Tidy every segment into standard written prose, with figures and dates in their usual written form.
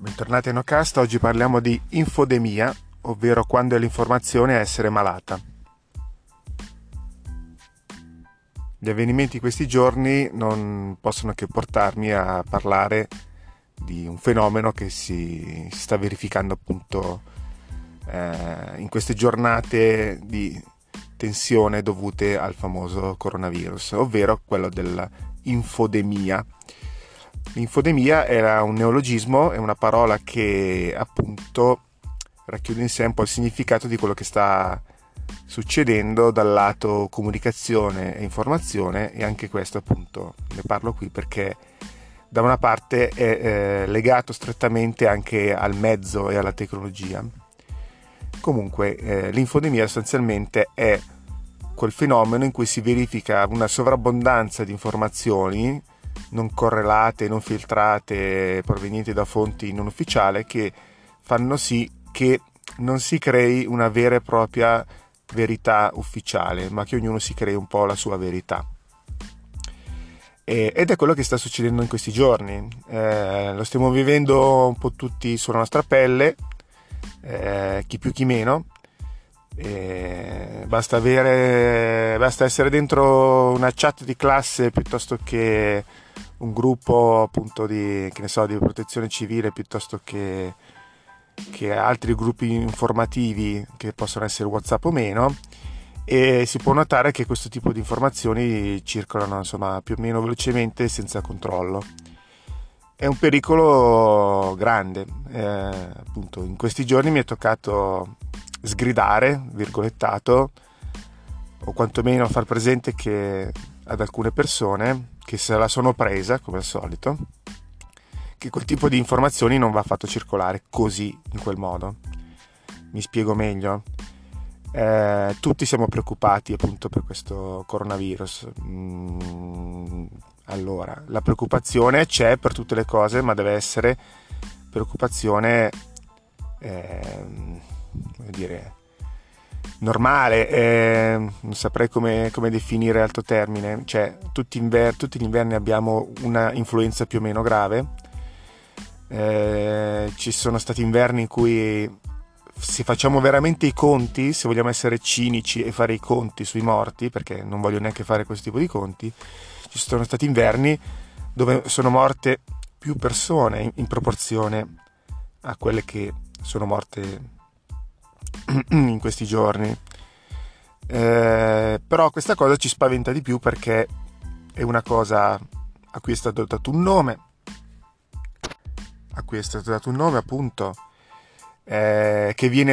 Bentornati a Nocast, oggi parliamo di infodemia, ovvero quando è l'informazione a essere malata. Gli avvenimenti di questi giorni non possono che portarmi a parlare di un fenomeno che si sta verificando appunto in queste giornate di tensione dovute al famoso coronavirus, ovvero quello dell'infodemia. L'infodemia era un neologismo, è una parola che appunto racchiude in sé un po' il significato di quello che sta succedendo dal lato comunicazione e informazione, e anche questo appunto ne parlo qui perché da una parte è legato strettamente anche al mezzo e alla tecnologia. Comunque l'infodemia sostanzialmente è quel fenomeno in cui si verifica una sovrabbondanza di informazioni non correlate, non filtrate, provenienti da fonti non ufficiali, che fanno sì che non si crei una vera e propria verità ufficiale, ma che ognuno si crei un po' la sua verità. Ed è quello che sta succedendo in questi giorni. Lo stiamo vivendo un po' tutti sulla nostra pelle, chi più chi meno. Basta essere dentro una chat di classe piuttosto che un gruppo appunto di protezione civile, piuttosto che altri gruppi informativi che possono essere WhatsApp o meno, e si può notare che questo tipo di informazioni circolano più o meno velocemente e senza controllo. È un pericolo grande, appunto in questi giorni mi è toccato sgridare, virgolettato, o quantomeno far presente che ad alcune persone che se la sono presa, come al solito, che quel tipo di informazioni non va fatto circolare così, in quel modo. Mi spiego meglio. Tutti siamo preoccupati appunto per questo coronavirus. Allora, la preoccupazione c'è per tutte le cose, ma deve essere preoccupazione normale, non saprei come definire alto termine. Cioè tutti gli inverni abbiamo una influenza più o meno grave, ci sono stati inverni in cui, se facciamo veramente i conti, se vogliamo essere cinici e fare i conti sui morti, perché non voglio neanche fare questo tipo di conti, ci sono stati inverni dove sono morte più persone in proporzione a quelle che sono morte in questi giorni. Però questa cosa ci spaventa di più perché è una cosa a cui è stato dato un nome, appunto, che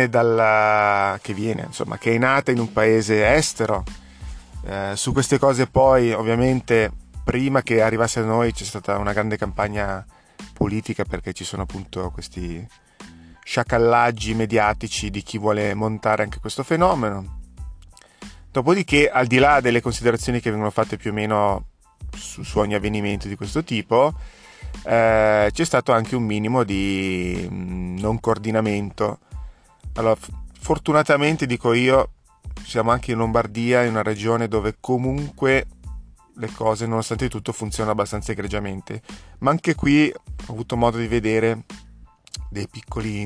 è nata in un paese estero. Su queste cose poi ovviamente prima che arrivasse a noi c'è stata una grande campagna politica, perché ci sono appunto questi sciacallaggi mediatici di chi vuole montare anche questo fenomeno. Dopodiché, al di là delle considerazioni che vengono fatte più o meno su ogni avvenimento di questo tipo, c'è stato anche un minimo di non coordinamento. Allora, fortunatamente, dico io, siamo anche in Lombardia, in una regione dove comunque le cose, nonostante tutto, funzionano abbastanza egregiamente, ma anche qui ho avuto modo di vedere dei piccoli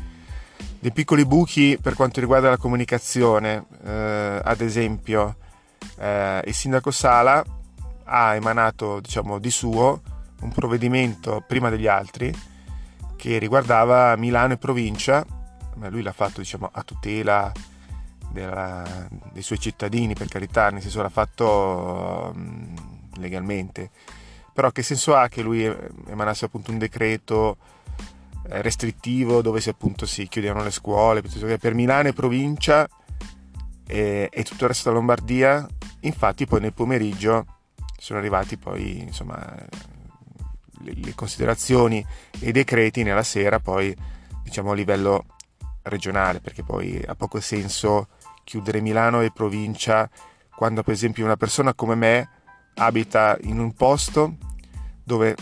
buchi per quanto riguarda la comunicazione. Ad esempio, il sindaco Sala ha emanato, di suo, un provvedimento prima degli altri che riguardava Milano e provincia, ma lui l'ha fatto a tutela dei suoi cittadini, per carità, nel senso l'ha fatto legalmente. Però che senso ha che lui emanasse appunto un decreto restrittivo dove si chiudevano le scuole, piuttosto che per Milano e provincia e tutto il resto della Lombardia? Infatti poi nel pomeriggio sono arrivati poi le considerazioni e i decreti nella sera, poi a livello regionale, perché poi ha poco senso chiudere Milano e provincia quando per esempio una persona come me abita in un posto dove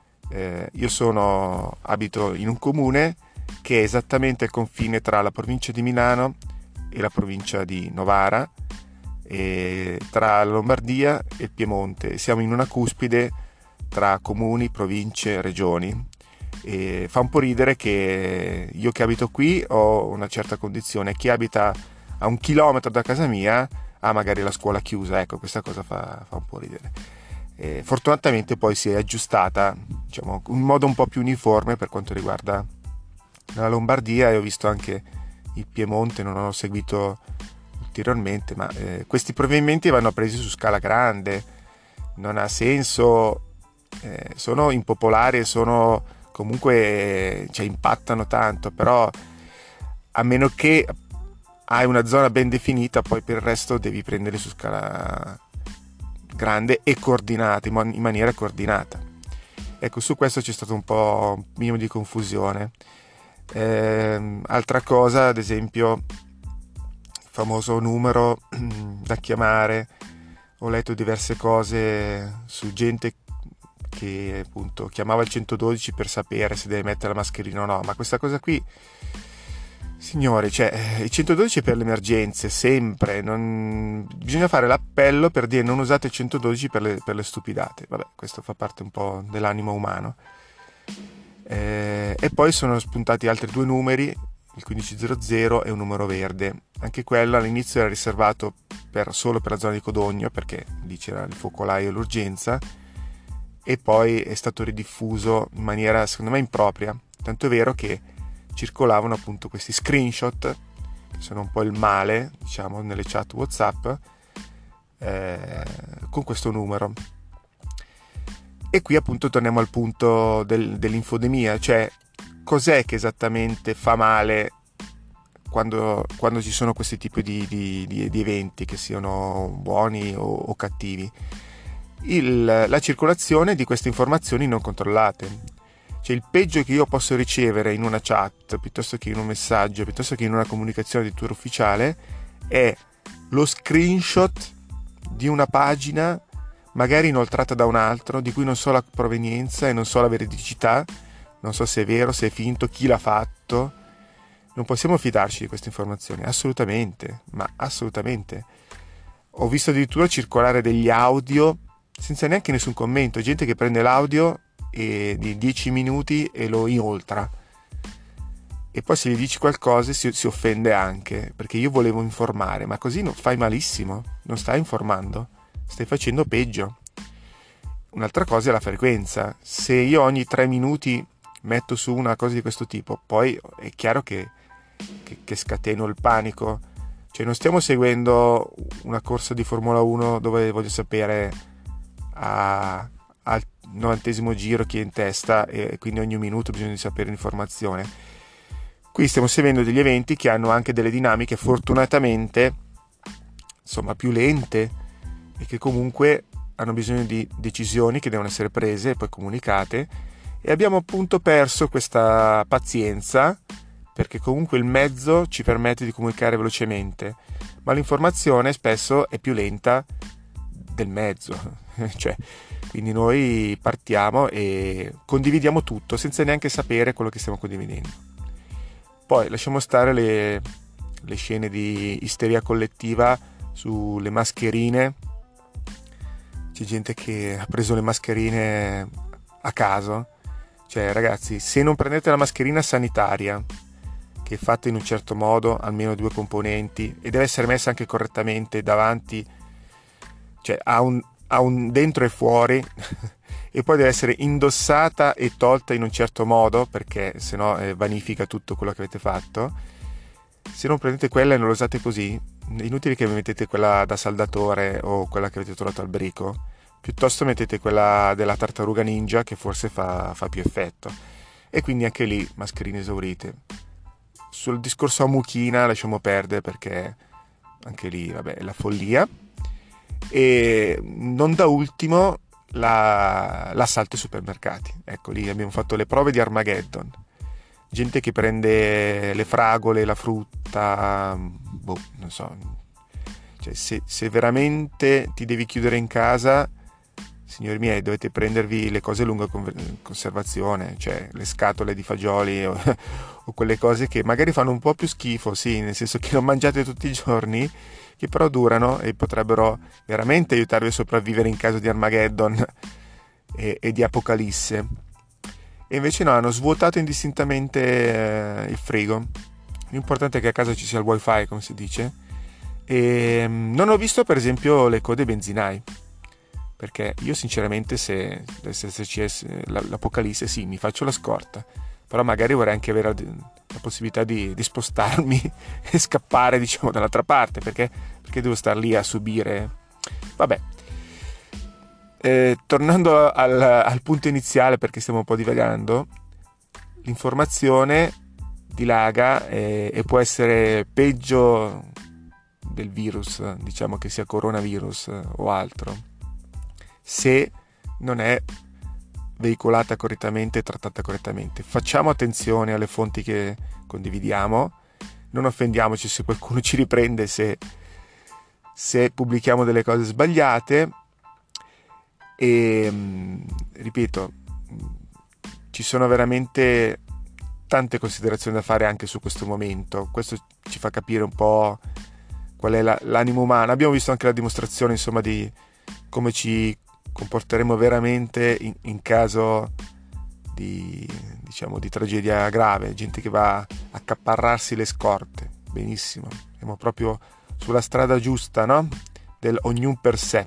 io abito in un comune che è esattamente al confine tra la provincia di Milano e la provincia di Novara, e tra la Lombardia e il Piemonte. Siamo in una cuspide tra comuni, province, regioni, E fa un po' ridere che io che abito qui ho una certa condizione, chi abita a 1 chilometro da casa mia ha magari la scuola chiusa, ecco, questa cosa fa un po' ridere. Fortunatamente poi si è aggiustata, diciamo, in modo un po' più uniforme per quanto riguarda la Lombardia, e ho visto anche il Piemonte, non ho seguito ulteriormente, ma questi provvedimenti vanno presi su scala grande, non ha senso, sono impopolari e sono comunque, cioè, impattano tanto, però a meno che hai una zona ben definita, poi per il resto devi prendere su scala grande e coordinata, in maniera coordinata. Ecco, su questo c'è stato un po' un minimo di confusione. Altra cosa, ad esempio, il famoso numero da chiamare. Ho letto diverse cose su gente che appunto chiamava il 112 per sapere se deve mettere la mascherina o no, ma questa cosa qui, signori, cioè, il 112 è per le emergenze, sempre, bisogna fare l'appello per dire non usate il 112 per le stupidate. Vabbè, questo fa parte un po' dell'animo umano. E poi sono spuntati altri 2 numeri, il 1500 e un numero verde. Anche quello all'inizio era riservato solo per la zona di Codogno, perché lì c'era il focolaio e l'urgenza, e poi è stato ridiffuso in maniera secondo me impropria, tanto è vero che circolavano appunto questi screenshot che sono un po' il male, diciamo, nelle chat WhatsApp, con questo numero. E qui appunto torniamo al punto dell'infodemia, cioè cos'è che esattamente fa male quando ci sono questi tipi di eventi, che siano buoni o cattivi. La circolazione di queste informazioni non controllate. Cioè, il peggio che io posso ricevere in una chat, piuttosto che in un messaggio, piuttosto che in una comunicazione di tour ufficiale, è lo screenshot di una pagina magari inoltrata da un altro, di cui non so la provenienza e non so la veridicità, non so se è vero, se è finto, chi l'ha fatto. Non possiamo fidarci di queste informazioni, assolutamente, ma assolutamente. Ho visto addirittura circolare degli audio senza neanche nessun commento, gente che prende l'audio di 10 minuti e lo inoltra, e poi se gli dici qualcosa si offende anche, perché io volevo informare, ma così fai malissimo, non stai informando, stai facendo peggio. Un'altra cosa è la frequenza. Se io ogni 3 minuti metto su una cosa di questo tipo, poi è chiaro che scateno il panico. Cioè, non stiamo seguendo una corsa di Formula 1 dove voglio sapere al 90° giro chi è in testa, e quindi ogni minuto bisogna sapere l'informazione. Qui stiamo seguendo degli eventi che hanno anche delle dinamiche fortunatamente, insomma, più lente, e che comunque hanno bisogno di decisioni che devono essere prese e poi comunicate, e abbiamo appunto perso questa pazienza, perché comunque il mezzo ci permette di comunicare velocemente, ma l'informazione spesso è più lenta del mezzo. Cioè, quindi noi partiamo e condividiamo tutto senza neanche sapere quello che stiamo condividendo. Poi lasciamo stare le scene di isteria collettiva sulle mascherine. C'è gente che ha preso le mascherine a caso. Cioè, ragazzi, se non prendete la mascherina sanitaria, che è fatta in un certo modo, almeno 2 componenti, e deve essere messa anche correttamente davanti, cioè ha un dentro e fuori, e poi deve essere indossata e tolta in un certo modo, perché sennò vanifica tutto quello che avete fatto. Se non prendete quella e non la usate così, è inutile che mettete quella da saldatore o quella che avete trovato al brico, piuttosto mettete quella della tartaruga ninja, che forse fa più effetto. E quindi anche lì mascherine esaurite. Sul discorso a mucchina lasciamo perdere, perché anche lì, vabbè, è la follia. E non da ultimo l'assalto ai supermercati. Ecco, lì abbiamo fatto le prove di Armageddon. Gente che prende le fragole, la frutta, non so. Cioè, se veramente ti devi chiudere in casa, signori miei, dovete prendervi le cose a lunga conservazione, cioè le scatole di fagioli o quelle cose che magari fanno un po' più schifo, sì, nel senso che non mangiate tutti i giorni, che però durano e potrebbero veramente aiutarvi a sopravvivere in caso di Armageddon e di Apocalisse. E invece no, hanno svuotato indistintamente il frigo. L'importante è che a casa ci sia il wifi, come si dice. E non ho visto per esempio le code benzinai, perché io sinceramente se dovesse esserci l'apocalisse, sì, mi faccio la scorta, però magari vorrei anche avere la possibilità di spostarmi e scappare, diciamo, dall'altra parte, perché devo star lì a subire. Vabbè, tornando al punto iniziale, perché stiamo un po' divagando, l'informazione dilaga e può essere peggio del virus, diciamo che sia coronavirus o altro, se non è veicolata correttamente e trattata correttamente. Facciamo attenzione alle fonti che condividiamo, non offendiamoci se qualcuno ci riprende se pubblichiamo delle cose sbagliate. E ripeto, ci sono veramente tante considerazioni da fare anche su questo momento. Questo ci fa capire un po' qual è l'animo umano. Abbiamo visto anche la dimostrazione, insomma, di come ci comporteremo veramente in caso di, diciamo, di tragedia grave, gente che va a accaparrarsi le scorte. Benissimo, siamo proprio sulla strada giusta, no? Del ognuno per sé.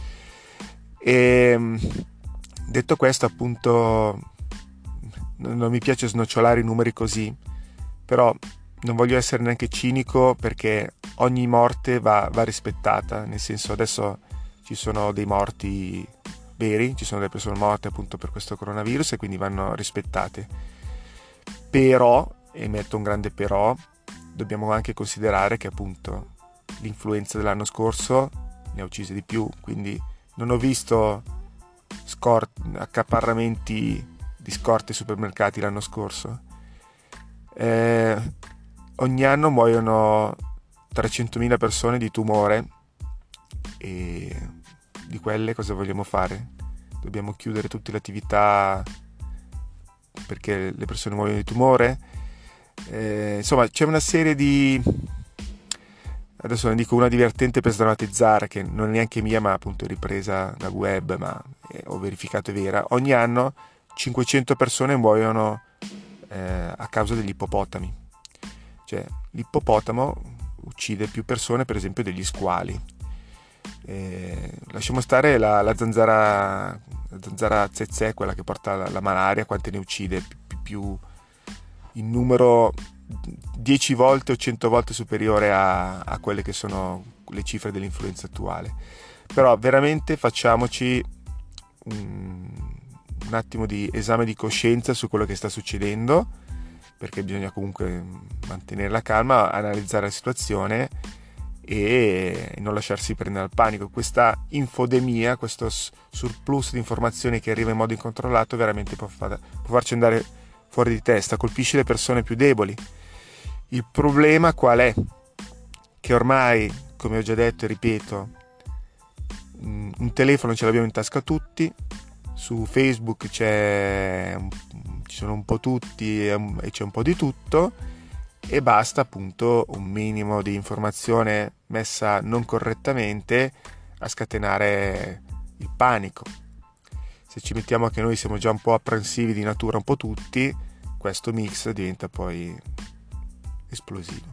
E detto questo, appunto, non mi piace snocciolare i numeri così, però non voglio essere neanche cinico, perché ogni morte va rispettata, nel senso, adesso ci sono dei morti veri, ci sono delle persone morte appunto per questo coronavirus e quindi vanno rispettate. Però, e metto un grande però, dobbiamo anche considerare che appunto l'influenza dell'anno scorso ne ha uccise di più, quindi non ho visto accaparramenti di scorte ai supermercati l'anno scorso. Ogni anno muoiono 300.000 persone di tumore, e di quelle cosa vogliamo fare? Dobbiamo chiudere tutte le attività perché le persone muoiono di tumore? Insomma, c'è una serie di... Adesso ne dico una divertente per sdrammatizzare, che non è neanche mia, ma appunto è ripresa dal web, ma ho verificato è vera. Ogni anno 500 persone muoiono a causa degli ippopotami. Cioè, l'ippopotamo uccide più persone, per esempio, degli squali. Lasciamo stare la zanzara tsetse, quella che porta la malaria, quante ne uccide, più in numero 10 volte o 100 volte superiore a quelle che sono le cifre dell'influenza attuale. Però veramente facciamoci un attimo di esame di coscienza su quello che sta succedendo, perché bisogna comunque mantenere la calma, analizzare la situazione e non lasciarsi prendere al panico. Questa infodemia, questo surplus di informazioni che arriva in modo incontrollato, veramente può farci andare fuori di testa, colpisce le persone più deboli. Il problema qual è? Che ormai, come ho già detto e ripeto, un telefono ce l'abbiamo in tasca tutti, su Facebook ci sono un po' tutti e c'è un po' di tutto, e basta appunto un minimo di informazione messa non correttamente a scatenare il panico. Se ci mettiamo che noi siamo già un po' apprensivi di natura, un po' tutti, questo mix diventa poi esplosivo.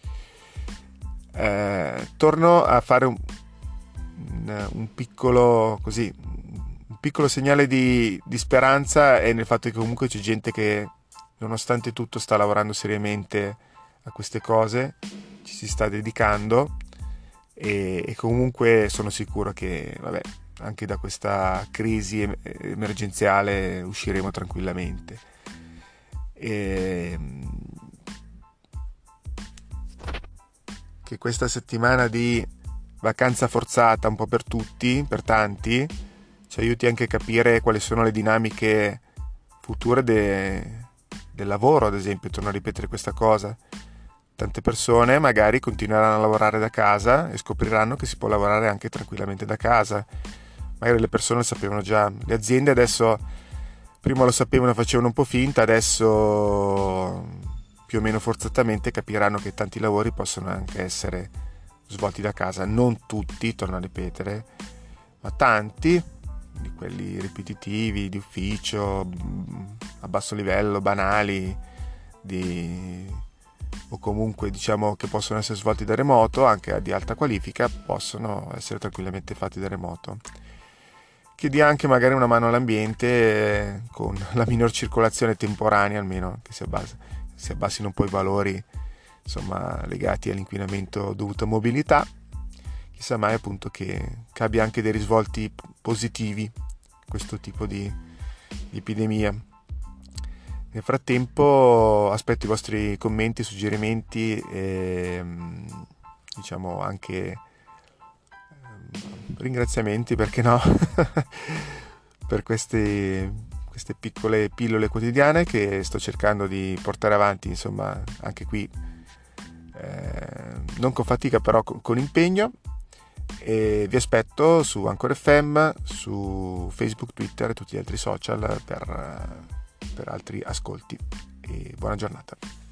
Torno a fare un piccolo segnale di speranza, e nel fatto che comunque c'è gente che nonostante tutto sta lavorando seriamente a queste cose, ci si sta dedicando, e comunque sono sicuro che anche da questa crisi emergenziale usciremo tranquillamente. Che questa settimana di vacanza forzata un po' per tutti, per tanti, ci aiuti anche a capire quali sono le dinamiche future del lavoro, ad esempio. Torno a ripetere questa cosa: tante persone magari continueranno a lavorare da casa e scopriranno che si può lavorare anche tranquillamente da casa. Magari le persone lo sapevano già, le aziende adesso, prima lo sapevano e facevano un po' finta, adesso più o meno forzatamente capiranno che tanti lavori possono anche essere svolti da casa. Non tutti, torno a ripetere, ma tanti di quelli ripetitivi, di ufficio, a basso livello, banali, o comunque diciamo che possono essere svolti da remoto, anche di alta qualifica, possono essere tranquillamente fatti da remoto. Che dia anche magari una mano all'ambiente, con la minor circolazione temporanea, almeno che si abbassino un po' i valori, insomma, legati all'inquinamento dovuto a mobilità. Chissà mai appunto che abbia anche dei risvolti positivi questo tipo di epidemia. Nel frattempo aspetto i vostri commenti, suggerimenti e diciamo anche ringraziamenti, perché no, per queste piccole pillole quotidiane che sto cercando di portare avanti, insomma, anche qui non con fatica, però con impegno. E vi aspetto su Anchor FM, su Facebook, Twitter e tutti gli altri social per altri ascolti, e buona giornata.